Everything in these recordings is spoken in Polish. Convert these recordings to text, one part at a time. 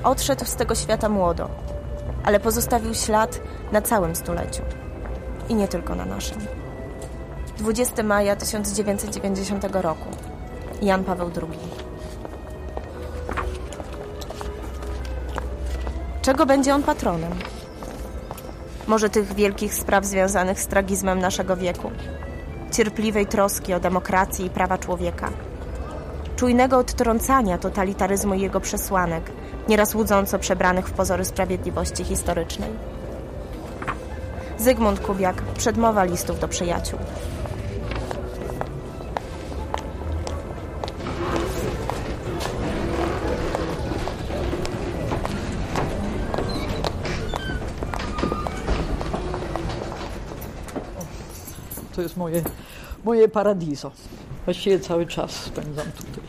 odszedł z tego świata młodo, ale pozostawił ślad na całym stuleciu. I nie tylko na naszym. 20 maja 1990 roku. Jan Paweł II. Czego będzie on patronem? Może tych wielkich spraw związanych z tragizmem naszego wieku? Cierpliwej troski o demokrację i prawa człowieka? Czujnego odtrącania totalitaryzmu i jego przesłanek, nieraz łudząco przebranych w pozory sprawiedliwości historycznej? Zygmunt Kubiak, przedmowa listów do przyjaciół. To jest moje paradiso. Właściwie cały czas spędzam tutaj.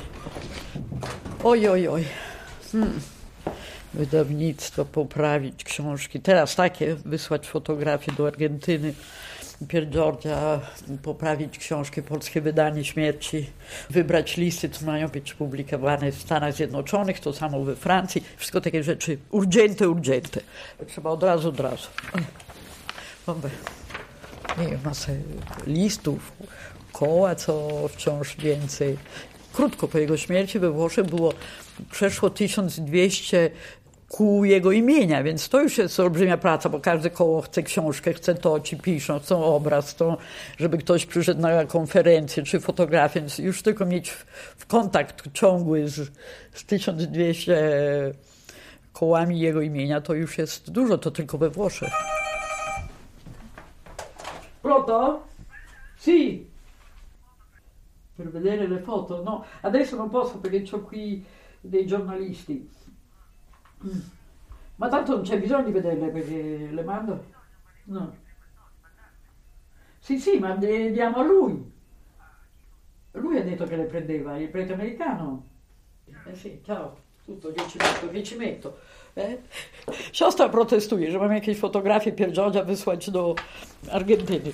Oj. Wydawnictwo, poprawić książki. Teraz takie, wysłać fotografie do Argentyny, Pier Giorgia, poprawić książki, polskie wydanie śmierci, wybrać listy, co mają być publikowane w Stanach Zjednoczonych, to samo we Francji. Wszystko takie rzeczy urgente. Trzeba od razu. Mamy masę listów, koła, co wciąż więcej. Krótko po jego śmierci we Włoszech przeszło 1200 kół jego imienia, więc to już jest olbrzymia praca, bo każde koło chce książkę, chce to, ci piszą, chcą obraz, to, żeby ktoś przyszedł na konferencję czy fotografię, więc już tylko mieć w kontakt ciągły z 1200 kołami jego imienia, to już jest dużo, to tylko we Włoszech. Pronto? Sì. Per vedere le foto? No, adesso non posso perché c'ho qui dei giornalisti. Ma tanto non c'è bisogno di vederle perché le mando? No. Sì, ma le diamo a lui. Lui ha detto che le prendeva, il prete americano. Sì, ciao. Tutto, gdzie ci metto. Siostra protestuje, że mam jakieś fotografie Pier Giorgia wysłać do Argentyny.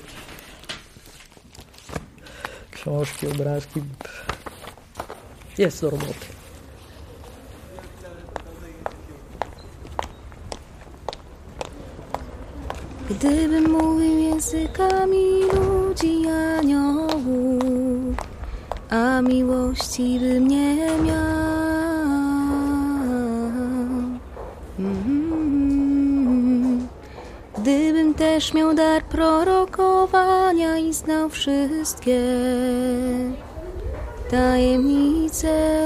Książki, obrazki. Jest do roboty. Gdybym mówił językami ludzi i aniołów, a miłości bym nie miał. Gdybym też miał dar prorokowania i znał wszystkie tajemnice,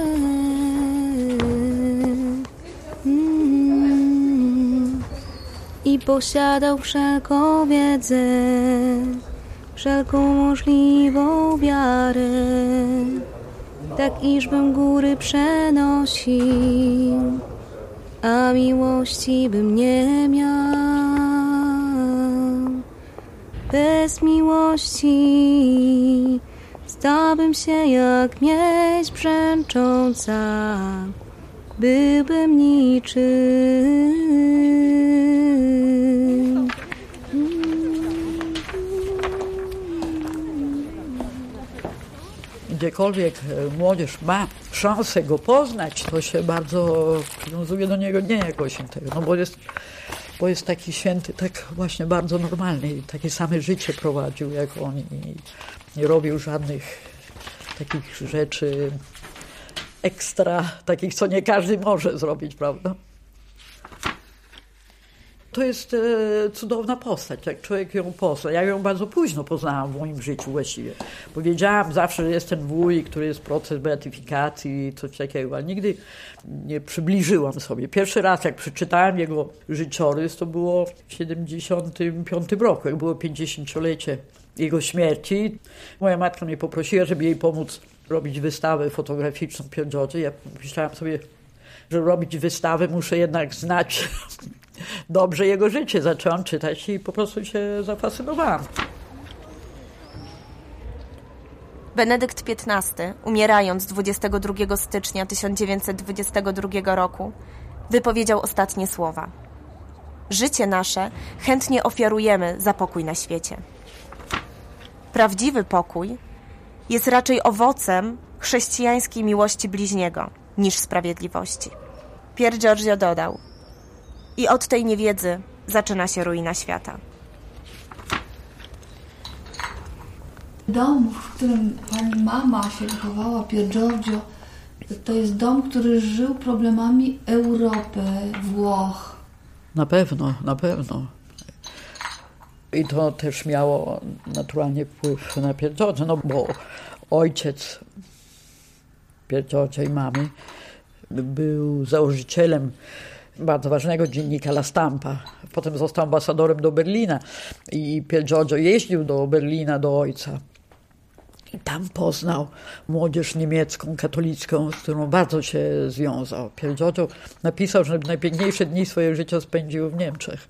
i posiadał wszelką wiedzę, wszelką możliwą wiarę, tak iżbym góry przenosił, a miłości bym nie miał. Bez miłości stałbym się jak miedź brzęcząca, byłbym niczym. Gdziekolwiek młodzież ma szansę go poznać, to się bardzo przywiązuje do niego nie jako świętego, no bo jest taki święty, tak właśnie bardzo normalny i takie same życie prowadził jak on i nie robił żadnych takich rzeczy ekstra, takich, co nie każdy może zrobić, prawda? To jest cudowna postać, jak człowiek ją pozna. Ja ją bardzo późno poznałam w moim życiu właściwie. Bo wiedziałam zawsze, że jest ten wuj, który jest proces beatyfikacji i coś takiego, ale nigdy nie przybliżyłam sobie. Pierwszy raz, jak przeczytałam jego życiorys, to było w 1975 roku, jak było 50-lecie jego śmierci. Moja matka mnie poprosiła, żeby jej pomóc robić wystawę fotograficzną Pier Giorgia. Ja myślałam sobie, że robić wystawę muszę jednak znać dobrze jego życie. Zaczęłam czytać i po prostu się zafascynowałam. Benedykt XV, umierając 22 stycznia 1922 roku, wypowiedział ostatnie słowa. Życie nasze chętnie ofiarujemy za pokój na świecie. Prawdziwy pokój jest raczej owocem chrześcijańskiej miłości bliźniego niż sprawiedliwości. Pier Giorgio dodał: i od tej niewiedzy zaczyna się ruina świata. Dom, w którym pani mama się wychowała, Pier Giorgio, to jest dom, który żył problemami Europy, Włoch. Na pewno, na pewno. I to też miało naturalnie wpływ na Pier Giorgio, no bo ojciec Pier Giorgio i mamy był założycielem bardzo ważnego dziennika La Stampa. Potem został ambasadorem do Berlina i Pier Giorgio jeździł do Berlina do ojca. I tam poznał młodzież niemiecką, katolicką, z którą bardzo się związał. Pier Giorgio napisał, że najpiękniejsze dni swojego życia spędził w Niemczech.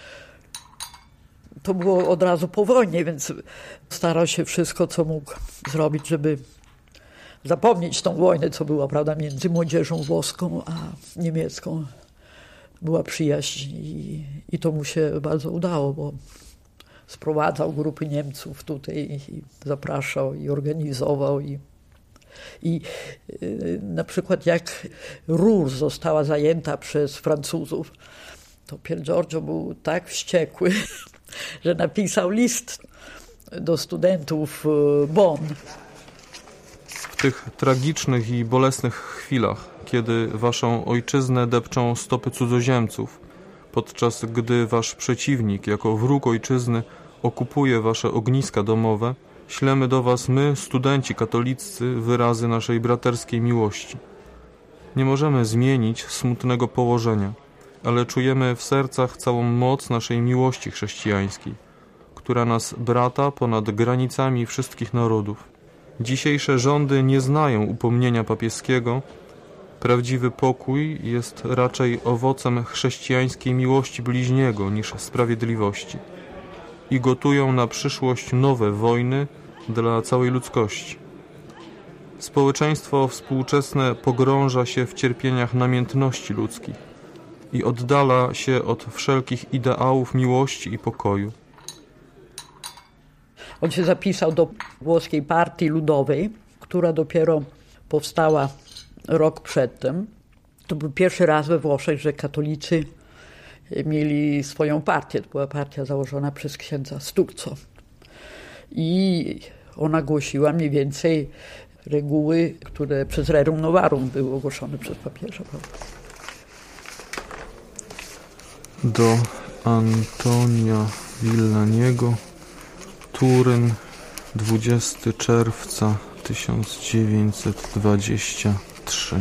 To było od razu po wojnie, więc starał się wszystko, co mógł zrobić, żeby zapomnieć tą wojnę, co była, prawda, między młodzieżą włoską a niemiecką. Była przyjaźń i to mu się bardzo udało, bo sprowadzał grupy Niemców tutaj i zapraszał i organizował. I na przykład jak Ruhr została zajęta przez Francuzów, to Pier Giorgio był tak wściekły, że napisał list do studentów Bonn. W tych tragicznych i bolesnych chwilach, kiedy waszą ojczyznę depczą stopy cudzoziemców, podczas gdy wasz przeciwnik jako wróg ojczyzny okupuje wasze ogniska domowe, ślemy do was my, studenci katoliccy, wyrazy naszej braterskiej miłości. Nie możemy zmienić smutnego położenia, ale czujemy w sercach całą moc naszej miłości chrześcijańskiej, która nas brata ponad granicami wszystkich narodów. Dzisiejsze rządy nie znają upomnienia papieskiego. Prawdziwy pokój jest raczej owocem chrześcijańskiej miłości bliźniego niż sprawiedliwości i gotują na przyszłość nowe wojny dla całej ludzkości. Społeczeństwo współczesne pogrąża się w cierpieniach namiętności ludzkich i oddala się od wszelkich ideałów miłości i pokoju. On się zapisał do włoskiej partii ludowej, która dopiero powstała rok przedtem. To był pierwszy raz we Włoszech, że katolicy mieli swoją partię. To była partia założona przez księdza Sturzo. I ona głosiła mniej więcej reguły, które przez Rerum Novarum były ogłoszone przez papieża. Do Antonia Villaniego, Turyn, 20 czerwca 1923.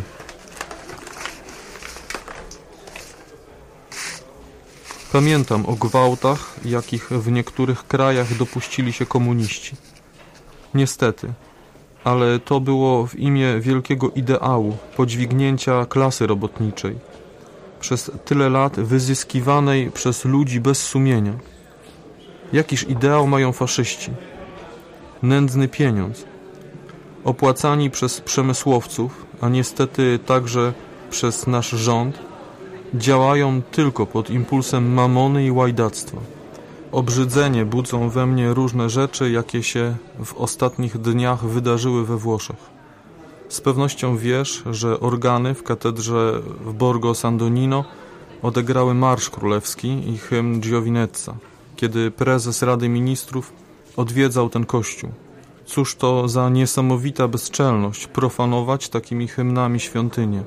Pamiętam o gwałtach, jakich w niektórych krajach dopuścili się komuniści. Niestety, ale to było w imię wielkiego ideału podźwignięcia klasy robotniczej, przez tyle lat wyzyskiwanej przez ludzi bez sumienia. Jakiż ideał mają faszyści? Nędzny pieniądz, opłacani przez przemysłowców, a niestety także przez nasz rząd, działają tylko pod impulsem mamony i łajdactwa. Obrzydzenie budzą we mnie różne rzeczy, jakie się w ostatnich dniach wydarzyły we Włoszech. Z pewnością wiesz, że organy w katedrze w Borgo San Donino odegrały marsz królewski i hymn Giovinezza, kiedy prezes Rady Ministrów odwiedzał ten kościół. Cóż to za niesamowita bezczelność profanować takimi hymnami świątynię.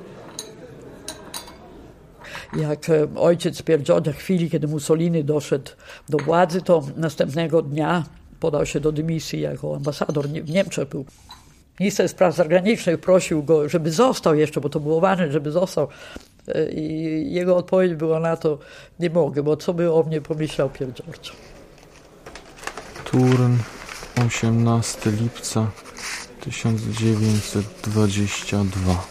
Jak ojciec Pier Giorgio w chwili, kiedy Mussolini doszedł do władzy, to następnego dnia podał się do dymisji jako ambasador w Niemczech. Był minister spraw zagranicznych, prosił go, żeby został jeszcze, bo to było ważne, żeby został. I jego odpowiedź była na to: nie mogę, bo co by o mnie pomyślał Pier Giorgio. Turyn, 18 lipca 1922.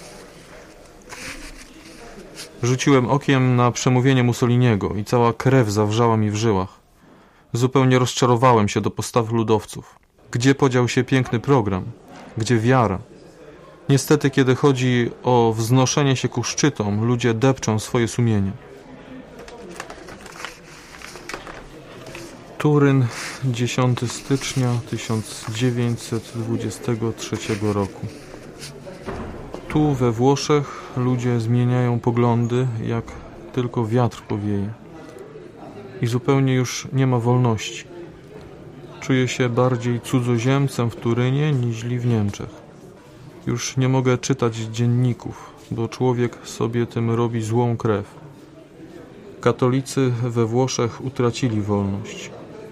Rzuciłem okiem na przemówienie Mussoliniego i cała krew zawrzała mi w żyłach. Zupełnie rozczarowałem się do postawy ludowców. Gdzie podział się piękny program? Gdzie wiara? Niestety, kiedy chodzi o wznoszenie się ku szczytom, ludzie depczą swoje sumienie. Turyn, 10 stycznia 1923 roku. Tu we Włoszech ludzie zmieniają poglądy, jak tylko wiatr powieje. I zupełnie już nie ma wolności. Czuję się bardziej cudzoziemcem w Turynie niż w Niemczech. Już nie mogę czytać dzienników, bo człowiek sobie tym robi złą krew. Katolicy we Włoszech utracili wolność.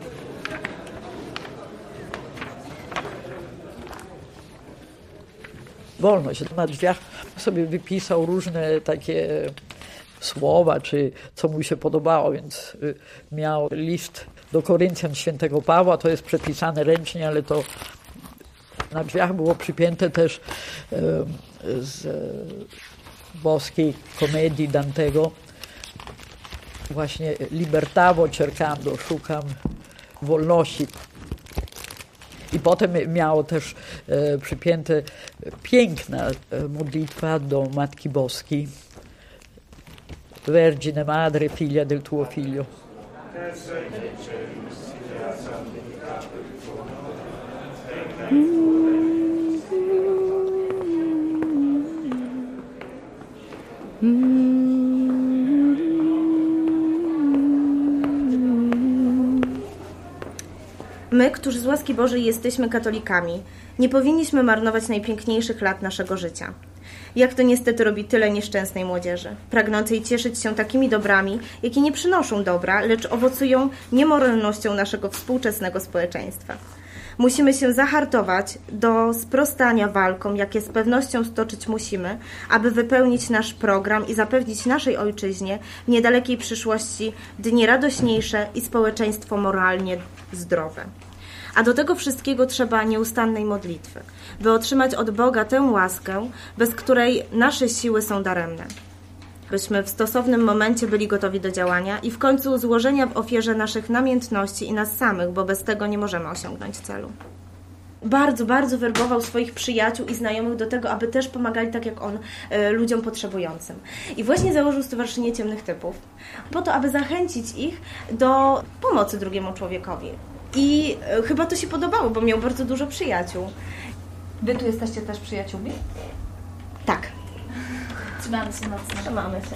Wolność. Na drzwiach sobie wypisał różne takie słowa, czy co mu się podobało, więc miał list do Koryntian świętego Pawła, to jest przepisane ręcznie, ale to na drzwiach było przypięte też z boskiej komedii Dantego, właśnie libertavo cercando, szukam wolności. I potem miało też przypięte piękna modlitwa do Matki Boskiej. Vergine Madre, figlia del tuo figlio. My, którzy z łaski Bożej jesteśmy katolikami, nie powinniśmy marnować najpiękniejszych lat naszego życia. Jak to niestety robi tyle nieszczęsnej młodzieży, pragnącej cieszyć się takimi dobrami, jakie nie przynoszą dobra, lecz owocują niemoralnością naszego współczesnego społeczeństwa. Musimy się zahartować do sprostania walkom, jakie z pewnością stoczyć musimy, aby wypełnić nasz program i zapewnić naszej ojczyźnie w niedalekiej przyszłości dni radośniejsze i społeczeństwo moralnie zdrowe. A do tego wszystkiego trzeba nieustannej modlitwy, by otrzymać od Boga tę łaskę, bez której nasze siły są daremne. Byśmy w stosownym momencie byli gotowi do działania i w końcu złożenia w ofierze naszych namiętności i nas samych, bo bez tego nie możemy osiągnąć celu. Bardzo, bardzo werbował swoich przyjaciół i znajomych do tego, aby też pomagali tak jak on ludziom potrzebującym. I właśnie założył Stowarzyszenie Ciemnych Typów, po to, aby zachęcić ich do pomocy drugiemu człowiekowi. I chyba to się podobało, bo miał bardzo dużo przyjaciół. Wy tu jesteście też przyjaciółmi? Tak. Trzymamy się mocno. Trzymamy się.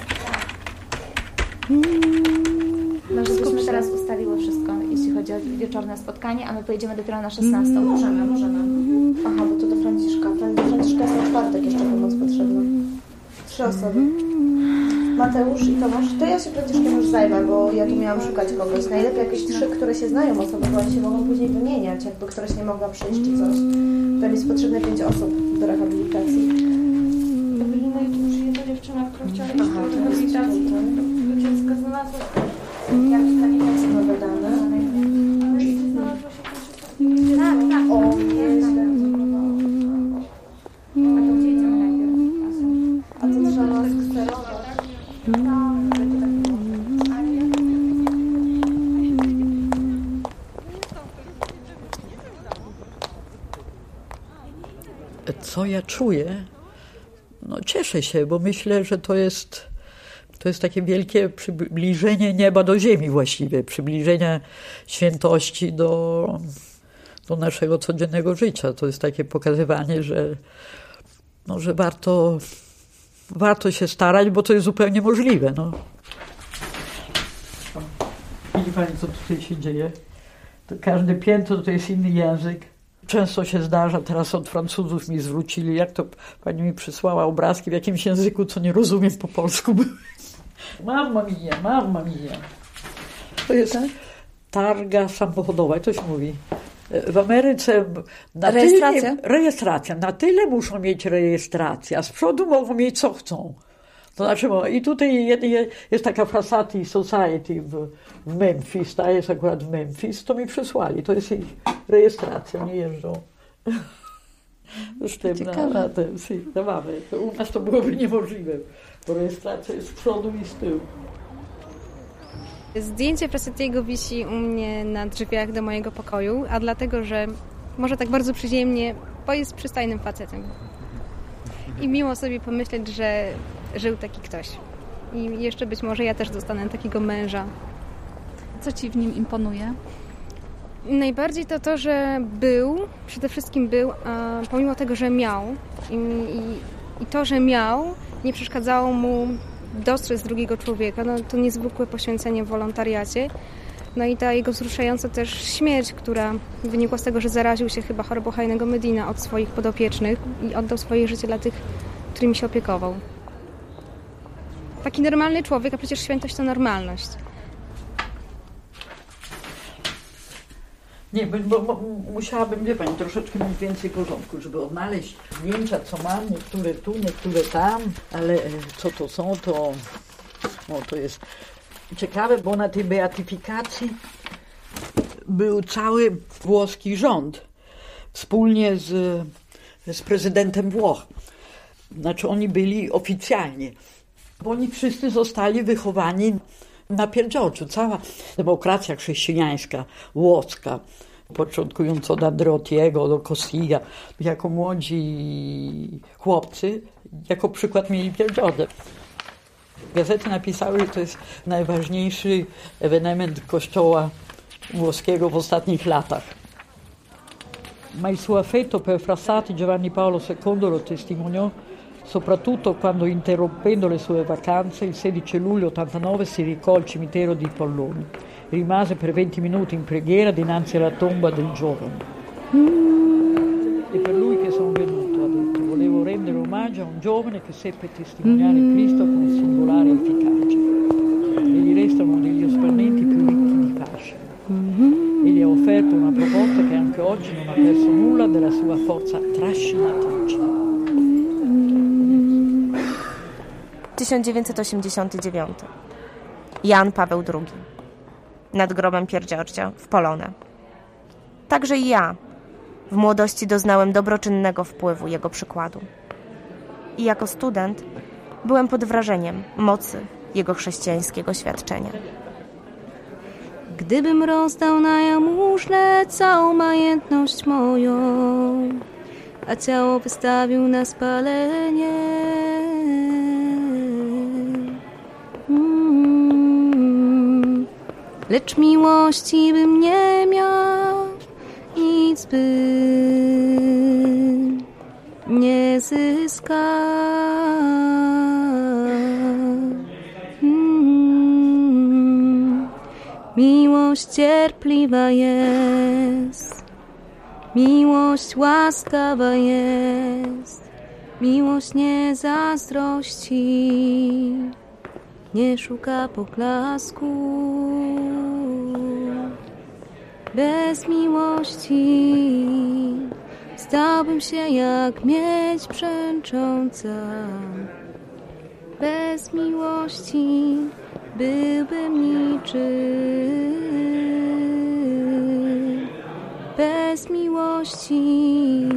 Żebyśmy teraz ustaliły wszystko, jeśli chodzi o wieczorne spotkanie, a my pojedziemy dopiero na 16. Możemy. Aha, bo to do Franciszka. Do Franciszka jest na czwartek jeszcze pomoc potrzebna. 3 osoby. Mateusz i Tomasz. To ja się Franciszkiem już zajmę, bo ja tu miałam szukać kogoś. Najlepiej jakieś 3, które się znają osoby, bo oni się mogą później wymieniać, jakby któraś nie mogła przyjść czy coś. Tam jest potrzebne 5 osób do rehabilitacji. Ewelina i tu przyjeżdża dziewczyna, która chciała iść do rehabilitacji. Do dziecka znalazła Jak jest nowe dane? ale gdzie znalazła się tam Tak. O, jest. A to trzeba skserować. Co ja czuję? No cieszę się, bo myślę, że to jest takie wielkie przybliżenie nieba do ziemi właściwie, przybliżenie świętości do naszego codziennego życia. To jest takie pokazywanie, że warto się starać, bo to jest zupełnie możliwe. No. Widzi pani, co tutaj się dzieje? To każde piętro to jest inny język. Często się zdarza, teraz od Francuzów mi zwrócili, jak to pani mi przysłała obrazki w jakimś języku, co nie rozumiem po polsku. Mamma mia. To jest targa samochodowa, to się mówi. W Ameryce rejestracja. Na tyle muszą mieć rejestrację, a z przodu mogą mieć co chcą. To znaczy, i tutaj jest taka Frassati Society w Memphis, ta jest akurat w Memphis, to mi przysłali, to jest ich rejestracja, nie jeżdżą. Z tym na mamy. To u nas to byłoby niemożliwe, bo rejestracja jest z przodu i z tyłu. Zdjęcie Frassatiego wisi u mnie na drzwiach do mojego pokoju, a dlatego, że może tak bardzo przyziemnie, bo jest przystojnym facetem. I miło sobie pomyśleć, że żył taki ktoś. I jeszcze być może ja też dostanę takiego męża. Co ci w nim imponuje? Najbardziej to, że przede wszystkim był, a pomimo tego, że miał i I to, że miał, nie przeszkadzało mu dostrzec drugiego człowieka. No, to niezwykłe poświęcenie w wolontariacie. No i ta jego wzruszająca też śmierć, która wynikła z tego, że zaraził się chyba chorobą Heinego Medina od swoich podopiecznych i oddał swoje życie dla tych, którymi się opiekował. Taki normalny człowiek, a przecież świętość to normalność. Nie, bo musiałabym, wie pani, troszeczkę mieć więcej porządku, żeby odnaleźć zdjęcia, co mam, niektóre tu, niektóre tam, ale co to są, to jest ciekawe, bo na tej beatyfikacji był cały włoski rząd wspólnie z prezydentem Włoch. Znaczy oni byli oficjalnie, bo oni wszyscy zostali wychowani na Piergiorgiu. Cała demokracja chrześcijańska, włoska, początkując od Andreottiego do Cossiga, jako młodzi chłopcy, jako przykład mieli Piergiorgię. Gazety napisały, że to jest najważniejszy ewenement kościoła włoskiego w ostatnich latach. Ma il suo affetto per Frassati Giovanni Paolo II lo testimoniò soprattutto quando, interrompendo le sue vacanze, il 16 luglio 89 si recò al cimitero di Polloni. Rimase per 20 minuti in preghiera dinanzi alla tomba del giovane. E per lui che sono venuto, ha detto, volevo rendere omaggio a un giovane che seppe testimoniare Cristo con singolare efficacia. E gli restano degli esponenti più ricchi di fascino. E gli ha offerto una proposta che anche oggi non ha perso nulla della sua forza trascinatrice. 1989. Jan Paweł II. Nad grobem Piergiorgia w Polone. Także i ja w młodości doznałem dobroczynnego wpływu jego przykładu. I jako student byłem pod wrażeniem mocy jego chrześcijańskiego świadczenia. Gdybym rozdał na jałmużnę całą majętność moją, a ciało wystawił na spalenie, lecz miłości bym nie miał, nic bym nie zyskał. Miłość cierpliwa jest, miłość łaskawa jest, miłość nie zazdrości, nie szuka poklasku. Bez miłości stałbym się jak miedź brzęcząca. Bez miłości byłbym niczym. Bez miłości